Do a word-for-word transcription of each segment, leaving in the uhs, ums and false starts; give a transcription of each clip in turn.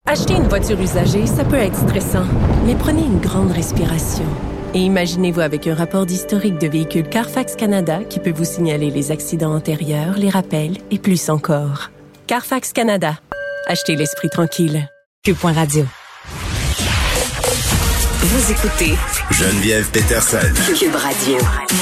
Acheter une voiture usagée, ça peut être stressant, mais prenez une grande respiration. Et imaginez-vous avec un rapport d'historique de véhicule Carfax Canada qui peut vous signaler les accidents antérieurs, les rappels et plus encore. Carfax Canada. Achetez l'esprit tranquille. Cube.radio. Vous écoutez Geneviève Peterson. Cube Radio.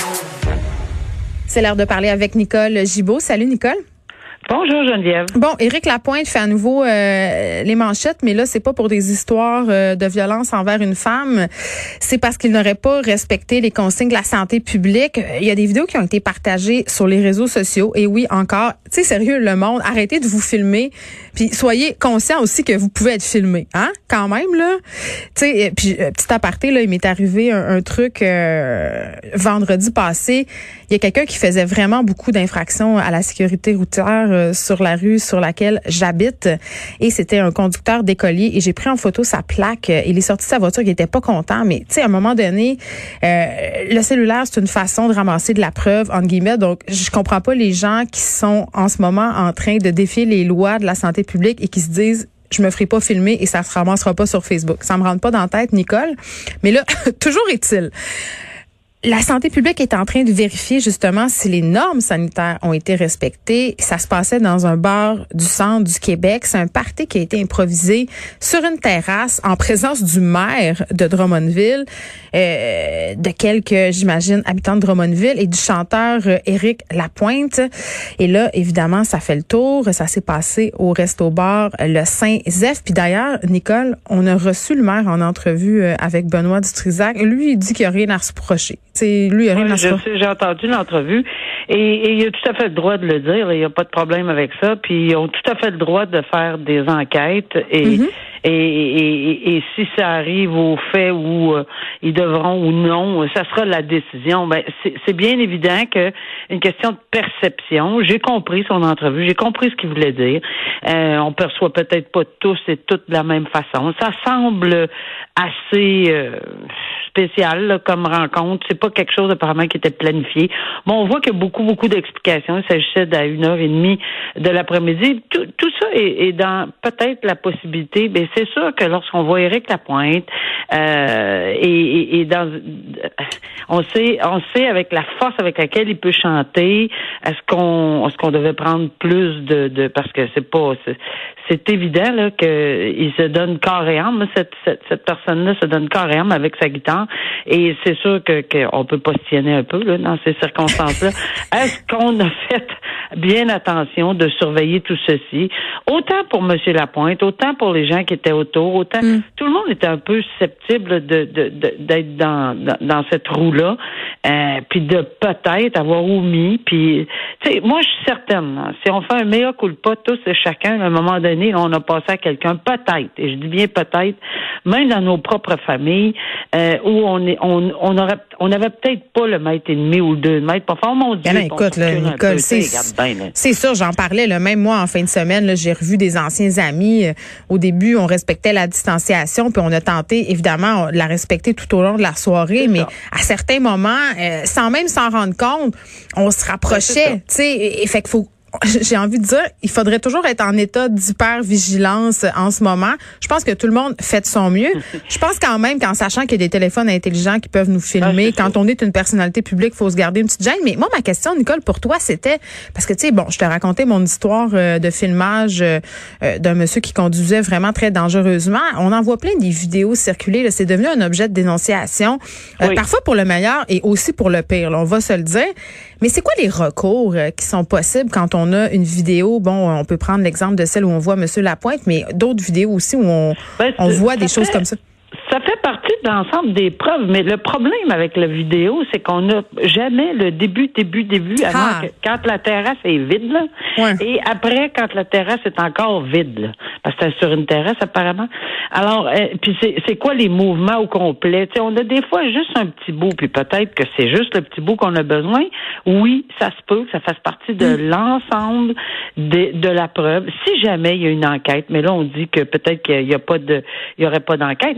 C'est l'heure de parler avec Nicole Gibault. Salut Nicole. Bonjour Geneviève. Bon, Éric Lapointe fait à nouveau euh, les manchettes, mais là, c'est pas pour des histoires euh, de violence envers une femme. C'est parce qu'il n'aurait pas respecté les consignes de la santé publique. Il y a des vidéos qui ont été partagées sur les réseaux sociaux. Et oui, encore, tu sais, sérieux, le monde, arrêtez de vous filmer. Puis soyez conscients aussi que vous pouvez être filmé, hein, quand même, là. Tu sais, puis euh, petit aparté, là, il m'est arrivé un, un truc euh, vendredi passé. Il y a quelqu'un qui faisait vraiment beaucoup d'infractions à la sécurité routière euh, sur la rue sur laquelle j'habite. Et c'était un conducteur d'écolier. Et j'ai pris en photo sa plaque. Il est sorti de sa voiture, il était pas content. Mais tu sais, à un moment donné, euh, le cellulaire, c'est une façon de ramasser de la preuve, entre guillemets. Donc, je comprends pas les gens qui sont en ce moment en train de défier les lois de la santé publique et qui se disent je me ferai pas filmer et ça se ramassera pas sur Facebook. Ça me rentre pas dans la tête, Nicole. Mais là, toujours est-il, la santé publique est en train de vérifier justement si les normes sanitaires ont été respectées. Ça se passait dans un bar du centre du Québec. C'est un party qui a été improvisé sur une terrasse en présence du maire de Drummondville, euh, de quelques, j'imagine, habitants de Drummondville et du chanteur euh, Éric Lapointe. Et là, évidemment, ça fait le tour. Ça s'est passé au resto-bar Le Saint-Zeph. Puis d'ailleurs, Nicole, on a reçu le maire en entrevue euh, avec Benoît Dutrisac. Lui, il dit qu'il n'y a rien à se reprocher. C'est lui, il a rien oui, à se je sais, j'ai entendu l'entrevue et, et il a tout à fait le droit de le dire. Il n'y a pas de problème avec ça. Puis ils ont tout à fait le droit de faire des enquêtes et mm-hmm. et, et, et, et si ça arrive au fait où euh, ils devront ou non, ça sera la décision. Ben c'est, c'est bien évident que une question de perception. J'ai compris son entrevue, j'ai compris ce qu'il voulait dire. Euh, on perçoit peut-être pas tous et toutes de la même façon. Ça semble assez euh, spécial là, comme rencontre. C'est pas quelque chose apparemment qui était planifié. Bon, on voit qu'il y a beaucoup, beaucoup d'explications. Il s'agissait d'à une heure et demie de l'après-midi. Tout, tout ça est, est dans peut-être la possibilité. Mais c'est sûr que lorsqu'on voit Éric Lapointe euh, et, et, et dans on sait, on sait avec la force avec laquelle il peut chanter, est-ce qu'on est-ce qu'on devait prendre plus de, de parce que c'est pas c'est, c'est évident là que il se donne corps et âme, cette, cette, cette personne-là se donne corps et âme avec sa guitare. Et c'est sûr que qu'on peut postillonner un peu là, dans ces circonstances-là. Est-ce qu'on a fait bien attention de surveiller tout ceci? Autant pour M. Lapointe, autant pour les gens qui étaient autour, autant mm. tout le monde était un peu susceptible de, de, de d'être dans, dans, dans cette roue-là, euh, puis de peut-être avoir omis. Puis, tu sais, moi je suis certaine, là, si on fait un mea culpa tous et chacun, à un moment donné, là, on a passé à quelqu'un, peut-être, et je dis bien peut-être, même dans nos propres familles, euh, où on est, on, on aurait, on avait peut-être pas le mètre et demi ou deux mètres. Pour faire, oh mon Dieu, là, écoute, là, Nicole, peu, c'est, bien, là. C'est sûr, j'en parlais, là, même moi, en fin de semaine, là, j'ai revu des anciens amis. Euh, au début, on respectait la distanciation, puis on a tenté, évidemment, de la respecter tout au long de la soirée, c'est mais ça. À certains moments, euh, sans même s'en rendre compte, on se rapprochait, tu sais, et, et fait qu'il faut j'ai envie de dire, il faudrait toujours être en état d'hyper-vigilance en ce moment. Je pense que tout le monde fait de son mieux. Je pense quand même qu'en sachant qu'il y a des téléphones intelligents qui peuvent nous filmer, ah, quand ça. On est une personnalité publique, il faut se garder une petite gêne. Mais moi, ma question, Nicole, pour toi, c'était, parce que tu sais, bon, je te racontais mon histoire euh, de filmage euh, d'un monsieur qui conduisait vraiment très dangereusement. On en voit plein des vidéos circuler. Là, c'est devenu un objet de dénonciation, euh, oui. Parfois pour le meilleur et aussi pour le pire. Là, on va se le dire. Mais c'est quoi les recours euh, qui sont possibles quand on a une vidéo? Bon, on peut prendre l'exemple de celle où on voit M. Lapointe, mais d'autres vidéos aussi où on, ben, on voit des choses fait, comme ça. Ça fait partie de l'ensemble des preuves, mais le problème avec la vidéo, c'est qu'on n'a jamais le début, début, début, avant ah. que, quand la terrasse est vide, là, ouais. Et après, quand la terrasse est encore vide, là, parce que c'est sur une terrasse, apparemment. Alors, euh, puis c'est, c'est quoi les mouvements au complet? T'sais, on a des fois juste un petit bout, puis peut-être que c'est juste le petit bout qu'on a besoin. Oui, ça se peut que ça fasse partie de mm. l'ensemble de, de la preuve. Si jamais il y a une enquête, mais là, on dit que peut-être qu'il y a pas de, il y aurait pas d'enquête, mais enfin,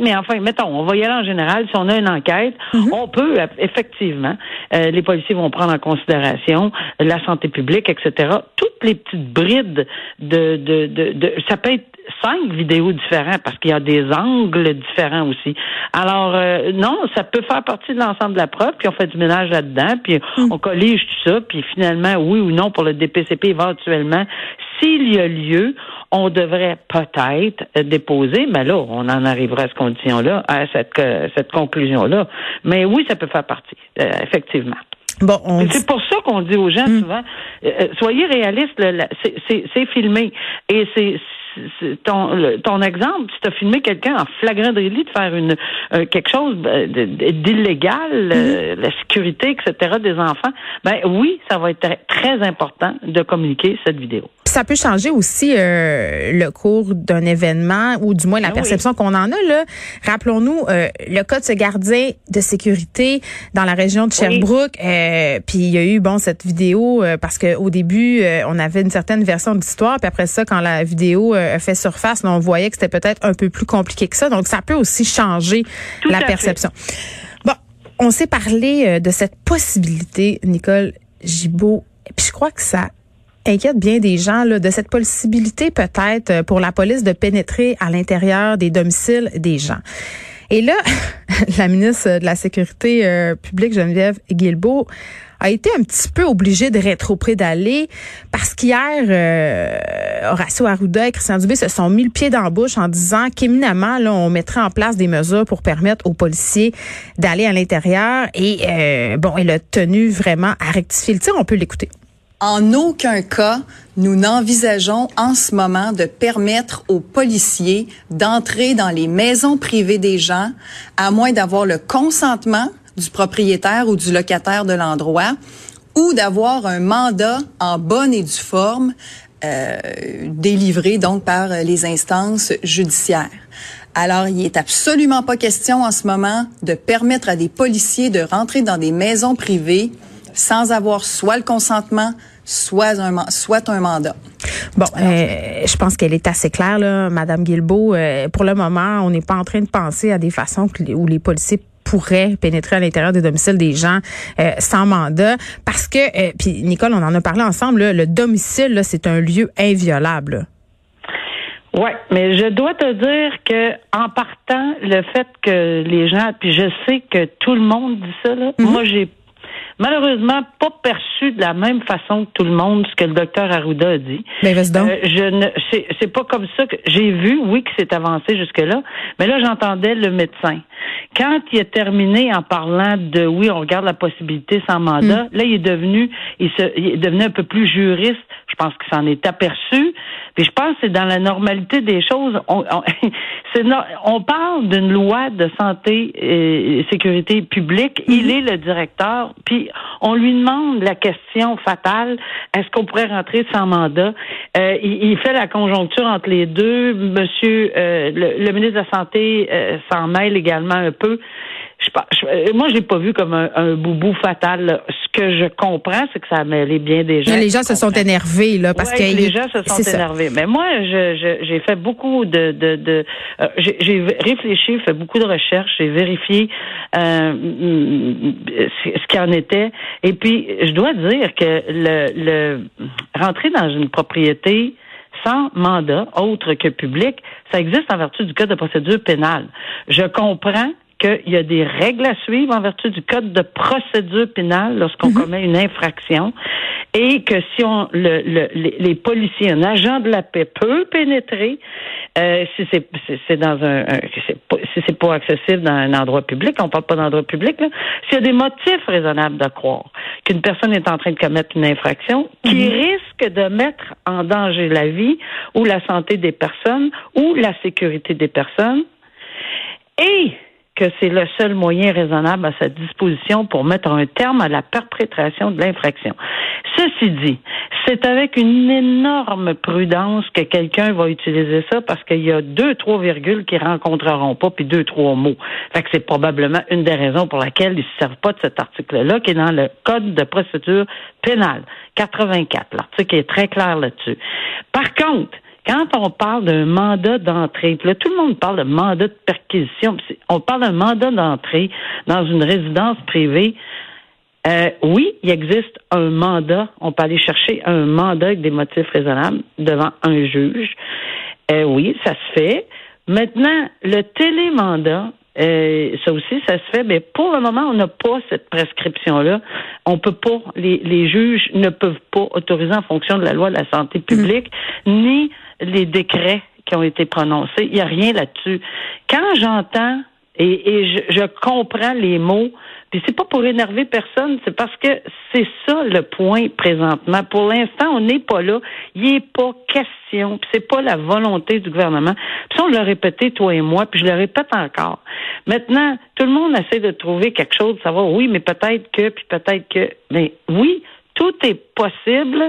mettons, on va y aller en général, si on a une enquête, mm-hmm. on peut, effectivement, euh, les policiers vont prendre en considération la santé publique, et cetera. Toutes les petites brides de, de, de, de ça peut être cinq vidéos différentes parce qu'il y a des angles différents aussi. Alors, euh, non, ça peut faire partie de l'ensemble de la preuve, puis on fait du ménage là-dedans, puis mm. on collige tout ça, puis finalement, oui ou non, pour le D P C P, éventuellement, s'il y a lieu, on devrait peut-être déposer, mais là, on en arrivera à cette condition-là, à cette, euh, cette conclusion-là. Mais oui, ça peut faire partie, euh, effectivement. Bon, on... C'est pour ça qu'on dit aux gens mm. souvent, euh, soyez réalistes, là, là, c'est, c'est, c'est filmé. Et c'est, c'est ton, le, ton exemple, si tu as filmé quelqu'un en flagrant délit de faire une euh, quelque chose d'illégal, mm. euh, la sécurité, et cetera des enfants, ben oui, ça va être très important de communiquer cette vidéo. Ça peut changer aussi euh, le cours d'un événement ou du moins la perception oui. qu'on en a. Là. Rappelons-nous euh, le cas de ce gardien de sécurité dans la région de Sherbrooke. Oui. Euh, puis il y a eu bon cette vidéo euh, parce que au début euh, on avait une certaine version de l'histoire. Puis après ça, quand la vidéo euh, fait surface, là, on voyait que c'était peut-être un peu plus compliqué que ça. Donc ça peut aussi changer Tout la perception. Fait. Bon, on s'est parlé euh, de cette possibilité, Nicole Gibault. Puis je crois que ça inquiète bien des gens là, de cette possibilité peut-être pour la police de pénétrer à l'intérieur des domiciles des gens. Et là, la ministre de la Sécurité euh, publique, Geneviève Guilbeault, a été un petit peu obligée de rétropédaler parce qu'hier, euh, Horacio Arruda et Christian Dubé se sont mis le pied dans la bouche en disant qu'éminemment, là, on mettrait en place des mesures pour permettre aux policiers d'aller à l'intérieur. Et euh, bon, elle a tenu vraiment à rectifier le tir. On peut l'écouter. En aucun cas, nous n'envisageons en ce moment de permettre aux policiers d'entrer dans les maisons privées des gens, à moins d'avoir le consentement du propriétaire ou du locataire de l'endroit, ou d'avoir un mandat en bonne et due forme euh, délivré donc par les instances judiciaires. Alors, il est absolument pas question en ce moment de permettre à des policiers de rentrer dans des maisons privées sans avoir soit le consentement, soit un, soit un mandat. Bon, euh, je pense qu'elle est assez claire, là, Madame Guilbeault. Euh, pour le moment, on n'est pas en train de penser à des façons que, où les policiers pourraient pénétrer à l'intérieur des domiciles des gens euh, sans mandat. Parce que, euh, puis Nicole, on en a parlé ensemble, là, le domicile, là, c'est un lieu inviolable. Oui, mais je dois te dire que en partant, le fait que les gens, puis je sais que tout le monde dit ça, là, mm-hmm. moi j'ai malheureusement pas perçu de la même façon que tout le monde ce que le docteur Arruda a dit. Mais vas-y donc. Euh, je ne, c'est, c'est pas comme ça que j'ai vu, oui, que c'est avancé jusque-là, mais là j'entendais le médecin. Quand il a terminé en parlant de oui, on regarde la possibilité sans mandat, mm. là il est devenu, il, se, il est devenu un peu plus juriste. Je pense qu'il s'en est aperçu. Puis je pense que c'est dans la normalité des choses. On, on, c'est no, on parle d'une loi de santé et sécurité publique. Mm-hmm. Il est le directeur. Puis on lui demande la question fatale, est-ce qu'on pourrait rentrer sans mandat? Euh, il, il fait la conjoncture entre les deux. Monsieur euh, le, le ministre de la Santé euh, s'en mêle également un peu. Je, je, moi, je l'ai pas vu comme un, un boubou fatal. Là. Ce que je comprends, c'est que ça a mêlé bien des gens. Mais les gens se sont énervés, là, parce ouais, que les gens se sont énervés. Ça. Mais moi, je, je, j'ai fait beaucoup de, de, de euh, j'ai, j'ai réfléchi, fait beaucoup de recherches, j'ai vérifié euh, ce qu'il en était. Et puis, je dois dire que le, le rentrer dans une propriété sans mandat, autre que public, ça existe en vertu du Code de procédure pénale. Je comprends qu'il y a des règles à suivre en vertu du Code de procédure pénale lorsqu'on mm-hmm. commet une infraction et que si on le, le les, les policiers, un agent de la paix peut pénétrer euh, si c'est, c'est, c'est dans un, un c'est pas, si c'est pas accessible dans un endroit public, on parle pas d'endroit public là, s'il y a des motifs raisonnables de croire qu'une personne est en train de commettre une infraction qui mm-hmm. risque de mettre en danger la vie ou la santé des personnes ou la sécurité des personnes et que c'est le seul moyen raisonnable à sa disposition pour mettre un terme à la perpétration de l'infraction. Ceci dit, c'est avec une énorme prudence que quelqu'un va utiliser ça parce qu'il y a deux, trois virgules qu'ils rencontreront pas, puis deux, trois mots. Fait que c'est probablement une des raisons pour laquelle ils ne se servent pas de cet article-là, qui est dans le Code de procédure pénale, quatre-vingt-quatre. L'article est très clair là-dessus. Par contre, Quand on parle d'un mandat d'entrée, puis là, tout le monde parle de mandat de perquisition, on parle d'un mandat d'entrée dans une résidence privée. Euh, oui, il existe un mandat. On peut aller chercher un mandat avec des motifs raisonnables devant un juge. Euh, oui, ça se fait. Maintenant, le télémandat, euh, ça aussi, ça se fait, mais pour le moment, on n'a pas cette prescription-là. On peut pas, les, les juges ne peuvent pas autoriser en fonction de la loi de la santé publique, mmh. ni les décrets qui ont été prononcés. Il n'y a rien là-dessus. Quand j'entends et, et je, je comprends les mots, puis c'est pas pour énerver personne, c'est parce que c'est ça le point présentement. Pour l'instant, on n'est pas là. Il n'est pas question, puis c'est pas la volonté du gouvernement. Puis ça, on l'a répété, toi et moi, puis je le répète encore. Maintenant, tout le monde essaie de trouver quelque chose, de savoir, oui, mais peut-être que, puis peut-être que. Mais oui, tout est possible.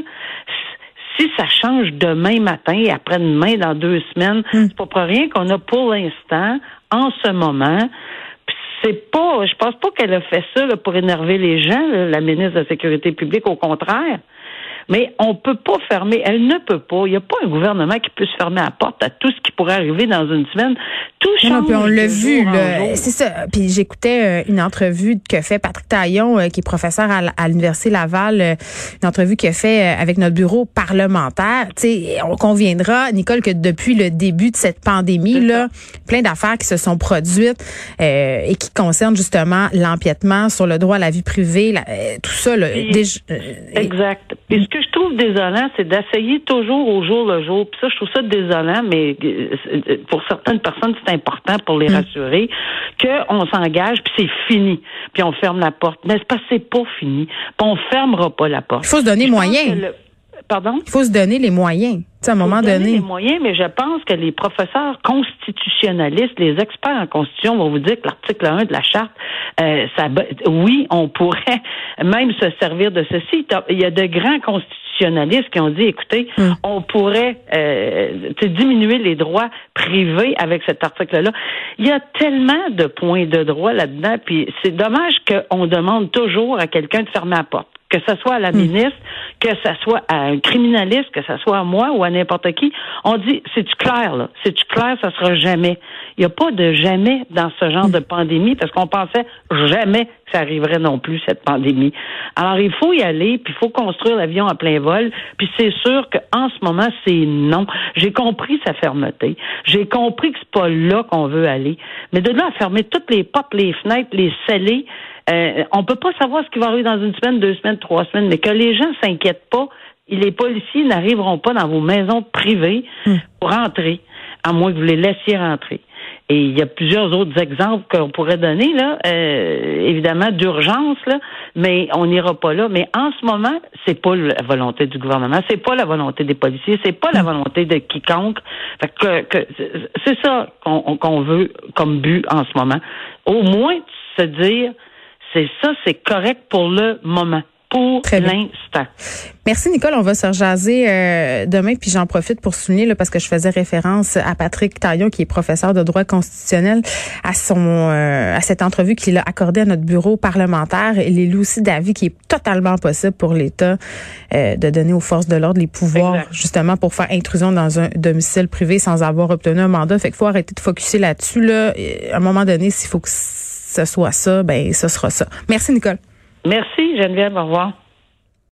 Si ça change demain matin et après-demain, dans deux semaines, mm. c'est pas pour rien qu'on a pour l'instant, en ce moment, c'est pas, je pense pas qu'elle a fait ça là, pour énerver les gens, là, la ministre de la Sécurité publique, au contraire. Mais on peut pas fermer, elle ne peut pas. Il n'y a pas un gouvernement qui peut se fermer la porte à tout ce qui pourrait arriver dans une semaine. Tout change. Non, puis on l'a vu, là. C'est ça. Puis j'écoutais une entrevue que fait Patrick Taillon, qui est professeur à, à l'Université Laval, une entrevue qu'il a fait avec notre bureau parlementaire. Tu sais, on conviendra, Nicole, que depuis le début de cette pandémie, là, plein d'affaires qui se sont produites euh, et qui concernent justement l'empiètement sur le droit à la vie privée, la, euh, tout ça, là. Puis, déjà, euh, exact. Et ce que je trouve désolant, c'est d'essayer toujours au jour le jour. Puis ça, je trouve ça désolant, mais pour certaines personnes, c'est important pour les rassurer qu'on s'engage, puis c'est fini. Puis on ferme la porte. Mais c'est parce que c'est pas fini. Puis on fermera pas la porte. Il faut se donner moyens. Le... Pardon? Il faut se donner les moyens. À un moment donné. donner les moyens, mais je pense que les professeurs constitutionnalistes, les experts en constitution vont vous dire que l'article un de la charte, euh, ça, oui, on pourrait même se servir de ceci. Il y a de grands constitutionnalistes qui ont dit, écoutez, mm. on pourrait euh, diminuer les droits privés avec cet article-là. Il y a tellement de points de droit là-dedans, puis c'est dommage qu'on demande toujours à quelqu'un de fermer la porte. Que ce soit à la ministre, mmh. que ce soit à un criminaliste, que ce soit à moi ou à n'importe qui, on dit, c'est-tu clair, là? C'est-tu clair, ça sera jamais. Il n'y a pas de jamais dans ce genre mmh. de pandémie, parce qu'on pensait jamais que ça arriverait non plus, cette pandémie. Alors, il faut y aller, puis il faut construire l'avion à plein vol, puis c'est sûr qu'en ce moment, c'est non. J'ai compris sa fermeté. J'ai compris que c'est pas là qu'on veut aller. Mais de là à fermer toutes les portes, les fenêtres, les sceller, Euh, on peut pas savoir ce qui va arriver dans une semaine, deux semaines, trois semaines, mais que les gens s'inquiètent pas. Les policiers n'arriveront pas dans vos maisons privées mmh. pour entrer, à moins que vous les laissiez rentrer. Et il y a plusieurs autres exemples qu'on pourrait donner, là, euh, évidemment, d'urgence, là, mais on n'ira pas là. Mais en ce moment, c'est pas la volonté du gouvernement, c'est pas la volonté des policiers, c'est pas la volonté de quiconque. Fait que, que c'est ça qu'on, qu'on veut comme but en ce moment. Au moins, se dire, c'est ça, c'est correct pour le moment, pour Très l'instant. Merci, Nicole. On va se rejaser euh, demain, puis j'en profite pour souligner, là, parce que je faisais référence à Patrick Taillon, qui est professeur de droit constitutionnel, à son euh, à cette entrevue qu'il a accordée à notre bureau parlementaire. Il est lui aussi d'avis qu'il est totalement possible pour l'État euh, de donner aux forces de l'ordre les pouvoirs, exact. Justement, pour faire intrusion dans un domicile privé sans avoir obtenu un mandat. Fait qu'il faut arrêter de focusser là-dessus. Là. À un moment donné, s'il faut que ce soit ça, ben ce sera ça. Merci, Nicole. Merci, Geneviève. Au revoir.